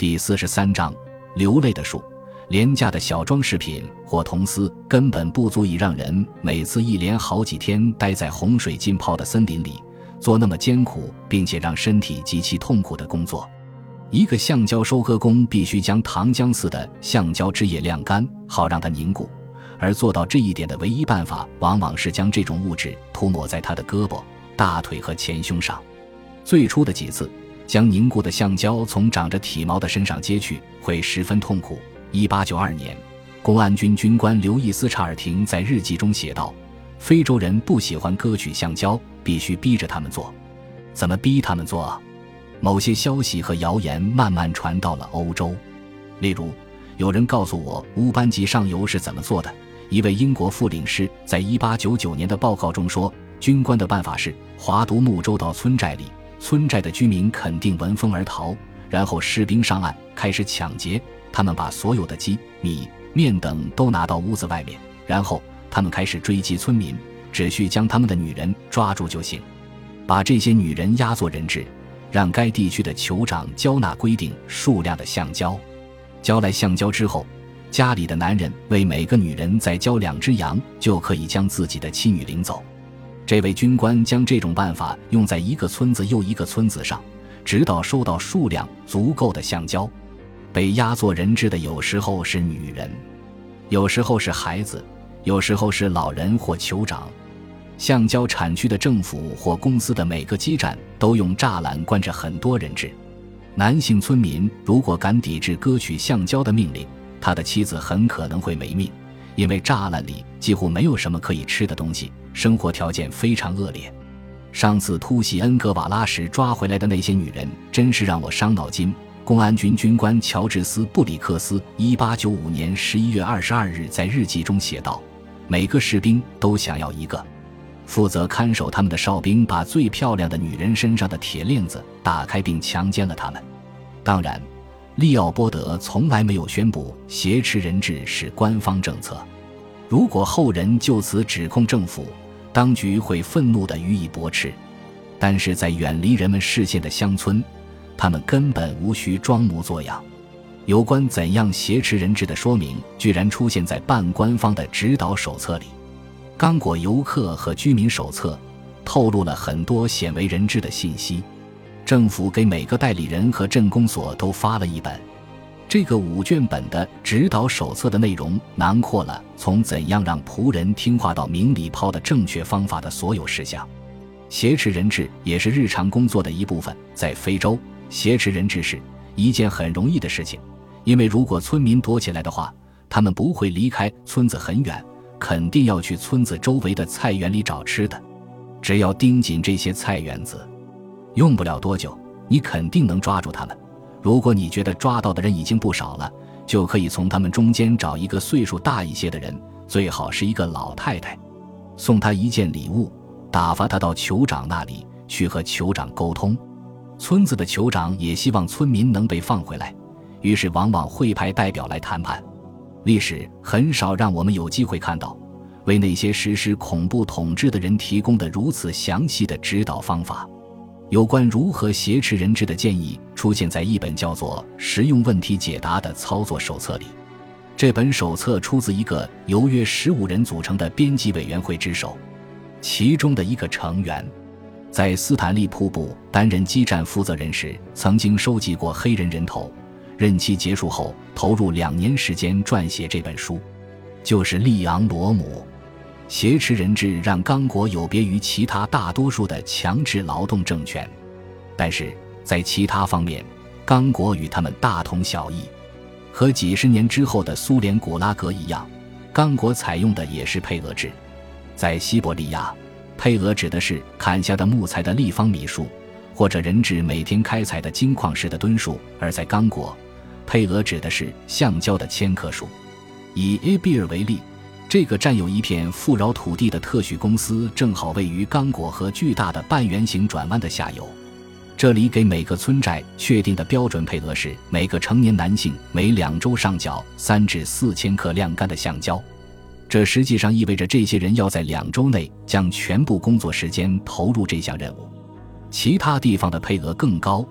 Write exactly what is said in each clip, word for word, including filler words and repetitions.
第四十三章，流泪的树。廉价的小装饰品或铜丝根本不足以让人每次一连好几天待在洪水浸泡的森林里，做那么艰苦并且让身体极其痛苦的工作。一个橡胶收割工必须将糖浆似的橡胶汁液晾干，好让它凝固，而做到这一点的唯一办法往往是将这种物质涂抹在他的胳膊、大腿和前胸上。最初的几次将凝固的橡胶从长着体毛的身上揭去会十分痛苦。一八九二年，公安军军官刘易斯查尔廷在日记中写道，非洲人不喜欢割取橡胶，必须逼着他们做。怎么逼他们做？某些消息和谣言慢慢传到了欧洲。例如，有人告诉我乌班吉上游是怎么做的。一位英国副领事在一八九九年的报告中说，军官的办法是划独木舟到村寨里，村寨的居民肯定闻风而逃，然后士兵上岸开始抢劫，他们把所有的鸡、米、面等都拿到屋子外面，然后他们开始追击村民，只需将他们的女人抓住就行，把这些女人押作人质，让该地区的酋长交纳规定数量的橡胶。交来橡胶之后，家里的男人为每个女人再交两只羊，就可以将自己的妻女领走。这位军官将这种办法用在一个村子又一个村子上，直到收到数量足够的橡胶。被押作人质的有时候是女人，有时候是孩子，有时候是老人或酋长。橡胶产区的政府或公司的每个基站都用栅栏关着很多人质。男性村民如果敢抵制割取橡胶的命令，他的妻子很可能会没命，因为栅栏里几乎没有什么可以吃的东西，生活条件非常恶劣。上次突袭恩格瓦拉时抓回来的那些女人真是让我伤脑筋。公安军军官乔治斯·布里克斯一八九五年十一月二十二日在日记中写道，每个士兵都想要一个。负责看守他们的哨兵把最漂亮的女人身上的铁链子打开并强奸了她们。当然，利奥波德从来没有宣布挟持人质是官方政策。如果后人就此指控政府，当局会愤怒地予以驳斥。但是在远离人们视线的乡村，他们根本无需装模作样。有关怎样挟持人质的说明居然出现在半官方的指导手册里。刚果游客和居民手册透露了很多鲜为人知的信息。政府给每个代理人和镇公所都发了一本。这个五卷本的指导手册的内容囊括了从怎样让仆人听话到明里抛的正确方法的所有事项。挟持人质也是日常工作的一部分。在非洲，挟持人质是一件很容易的事情，因为如果村民躲起来的话，他们不会离开村子很远，肯定要去村子周围的菜园里找吃的。只要盯紧这些菜园子，用不了多久，你肯定能抓住他们。如果你觉得抓到的人已经不少了，就可以从他们中间找一个岁数大一些的人，最好是一个老太太，送她一件礼物，打发她到酋长那里去和酋长沟通。村子的酋长也希望村民能被放回来，于是往往会派代表来谈判。历史很少让我们有机会看到为那些实施恐怖统治的人提供的如此详细的指导方法。有关如何挟持人质的建议出现在一本叫做《实用问题解答》的操作手册里。这本手册出自一个由约十五人组成的编辑委员会之手，其中的一个成员在斯坦利瀑布担任基站负责人时曾经收集过黑人人头，任期结束后投入两年时间撰写这本书，就是利昂罗姆。挟持人质让刚果有别于其他大多数的强制劳动政权，但是在其他方面，刚果与他们大同小异。和几十年之后的苏联古拉格一样，刚果采用的也是配额制。在西伯利亚，配额指的是砍下的木材的立方米数，或者人质每天开采的金矿石的吨数，而在刚果，配额指的是橡胶的千克数。以埃比尔为例，这个占有一片富饶土地的特许公司正好位于刚果河巨大的半圆形转弯的下游。这里给每个村寨确定的标准配额是每个成年男性每两周上缴三至四千克晾干的橡胶。这实际上意味着这些人要在两周内将全部工作时间投入这项任务。其他地方的配额更高，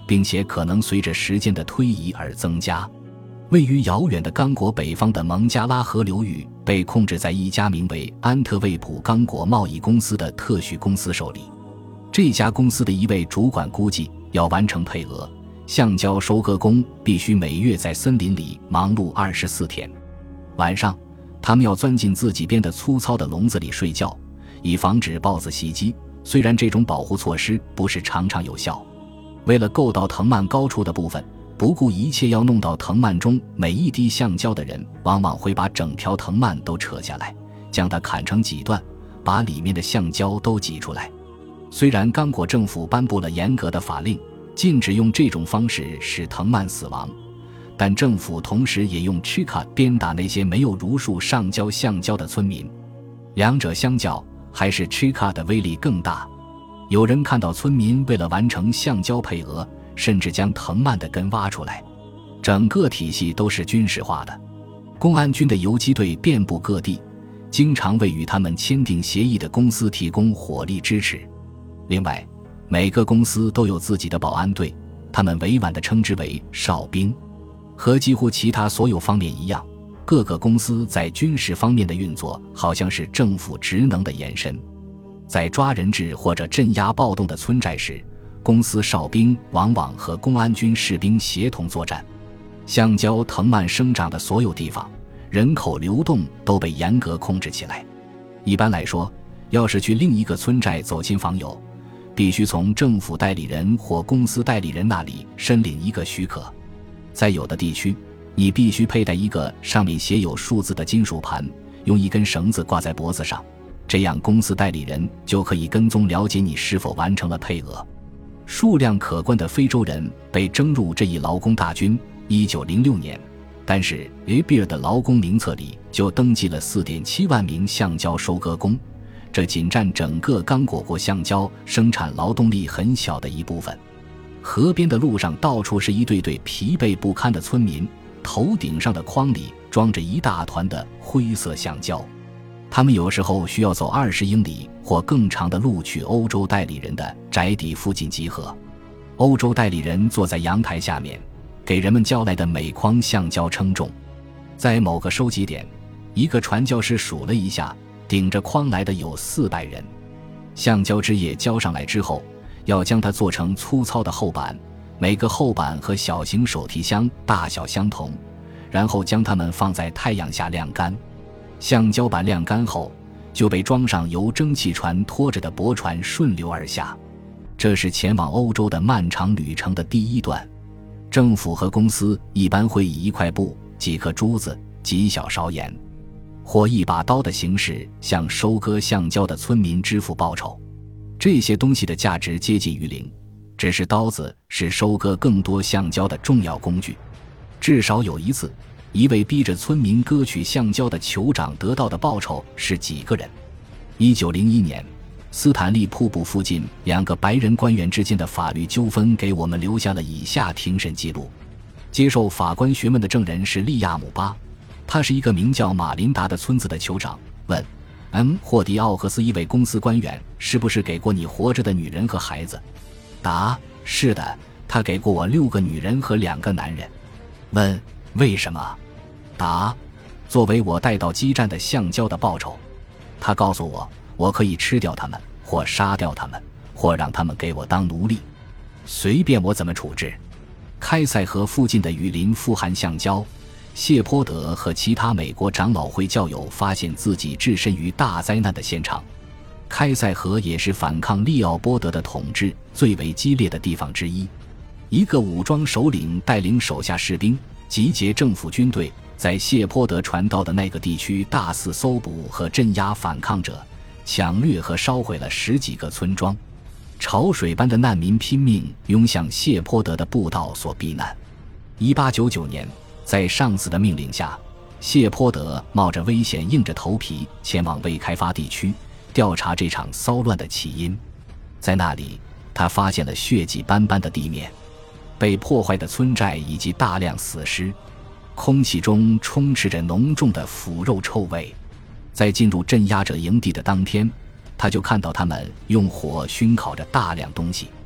并且可能随着时间的推移而增加。位于遥远的刚果北方的蒙加拉河流域被控制在一家名为安特卫普刚果贸易公司的特许公司手里。这家公司的一位主管估计，要完成配额，橡胶收割工必须每月在森林里忙碌二十四天。晚上，他们要钻进自己编的粗糙的笼子里睡觉，以防止豹子袭击。虽然这种保护措施不是常常有效，为了够到藤蔓高处的部分，不顾一切要弄到藤蔓中每一滴橡胶的人，往往会把整条藤蔓都扯下来，将它砍成几段，把里面的橡胶都挤出来。虽然刚果政府颁布了严格的法令，禁止用这种方式使藤蔓死亡，但政府同时也用 Chica 鞭打那些没有如数上交橡胶的村民。两者相较，还是 Chica 的威力更大。有人看到村民为了完成橡胶配额，甚至将藤蔓的根挖出来。整个体系都是军事化的，公安军的游击队遍布各地，经常为与他们签订协议的公司提供火力支持。另外，每个公司都有自己的保安队，他们委婉地称之为哨兵。和几乎其他所有方面一样，各个公司在军事方面的运作好像是政府职能的延伸。在抓人质或者镇压暴动的村寨时，公司哨兵往往和公安军士兵协同作战。橡胶藤蔓生长的所有地方，人口流动都被严格控制起来。一般来说，要是去另一个村寨走亲访友，必须从政府代理人或公司代理人那里申领一个许可。在有的地区，你必须佩戴一个上面写有数字的金属盘，用一根绳子挂在脖子上，这样公司代理人就可以跟踪了解你是否完成了配额。数量可观的非洲人被征入这一劳工大军。一九零六年，但是 A B I R 的劳工名册里就登记了 四点七万名橡胶收割工，这仅占整个刚果国橡胶生产劳动力很小的一部分。河边的路上到处是一对对疲惫不堪的村民，头顶上的筐里装着一大团的灰色橡胶。他们有时候需要走二十英里或更长的路去欧洲代理人的宅邸附近集合。欧洲代理人坐在阳台下面，给人们交来的每筐橡胶称重。在某个收集点，一个传教士数了一下，顶着筐来的有四百人。橡胶枝叶交上来之后，要将它做成粗糙的厚板，每个厚板和小型手提箱大小相同，然后将它们放在太阳下晾干。橡胶板晾干后，就被装上由蒸汽船拖着的驳船顺流而下。这是前往欧洲的漫长旅程的第一段。政府和公司一般会以一块布、几颗珠子、几小勺盐或一把刀的形式向收割橡胶的村民支付报酬。这些东西的价值接近于零，只是刀子是收割更多橡胶的重要工具。至少有一次，一位逼着村民割取橡胶的酋长得到的报酬是几个人。一九零一年，斯坦利瀑布附近两个白人官员之间的法律纠纷给我们留下了以下庭审记录。接受法官询问的证人是利亚姆巴，他是一个名叫马琳达的村子的酋长。问：嗯，霍迪奥克斯一位公司官员是不是给过你活着的女人和孩子？答：是的，他给过我六个女人和两个男人。问：为什么？答：作为我带到基站的橡胶的报酬。他告诉我，我可以吃掉他们，或杀掉他们，或让他们给我当奴隶，随便我怎么处置。开塞河附近的雨林富含橡胶，谢泼德和其他美国长老会教友发现自己置身于大灾难的现场。开塞河也是反抗利奥波德的统治最为激烈的地方之一。一个武装首领带领手下士兵集结政府军队，在谢泼德传道的那个地区大肆搜捕和镇压反抗者，抢掠和烧毁了十几个村庄。潮水般的难民拼命涌向谢泼德的步道所避难。一八九九年，在上司的命令下，谢泼德冒着危险硬着头皮前往未开发地区调查这场骚乱的起因。在那里，他发现了血迹斑斑的地面，被破坏的村寨以及大量死尸，空气中充斥着浓重的腐肉臭味。在进入镇压者营地的当天，他就看到他们用火熏烤着大量东西。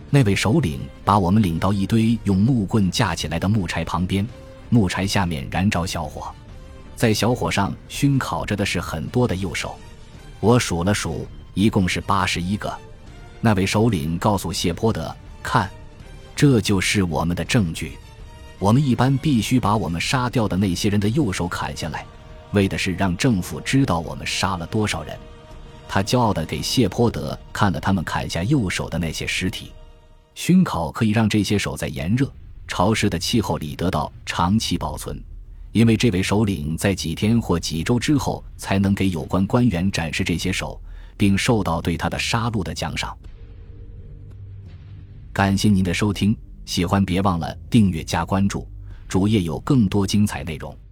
那位首领把我们领到一堆用木棍架起来的木柴旁边，木柴下面燃着小火，在小火上熏烤着的是很多的右手。我数了数，一共是八十一个。那位首领告诉谢泼德，看，这就是我们的证据。我们一般必须把我们杀掉的那些人的右手砍下来，为的是让政府知道我们杀了多少人。他骄傲地给谢泼德看了他们砍下右手的那些尸体。熏烤可以让这些手在炎热、潮湿的气候里得到长期保存，因为这位首领在几天或几周之后才能给有关官员展示这些手，并受到对他的杀戮的奖赏。感谢您的收听，喜欢别忘了订阅加关注，主页有更多精彩内容。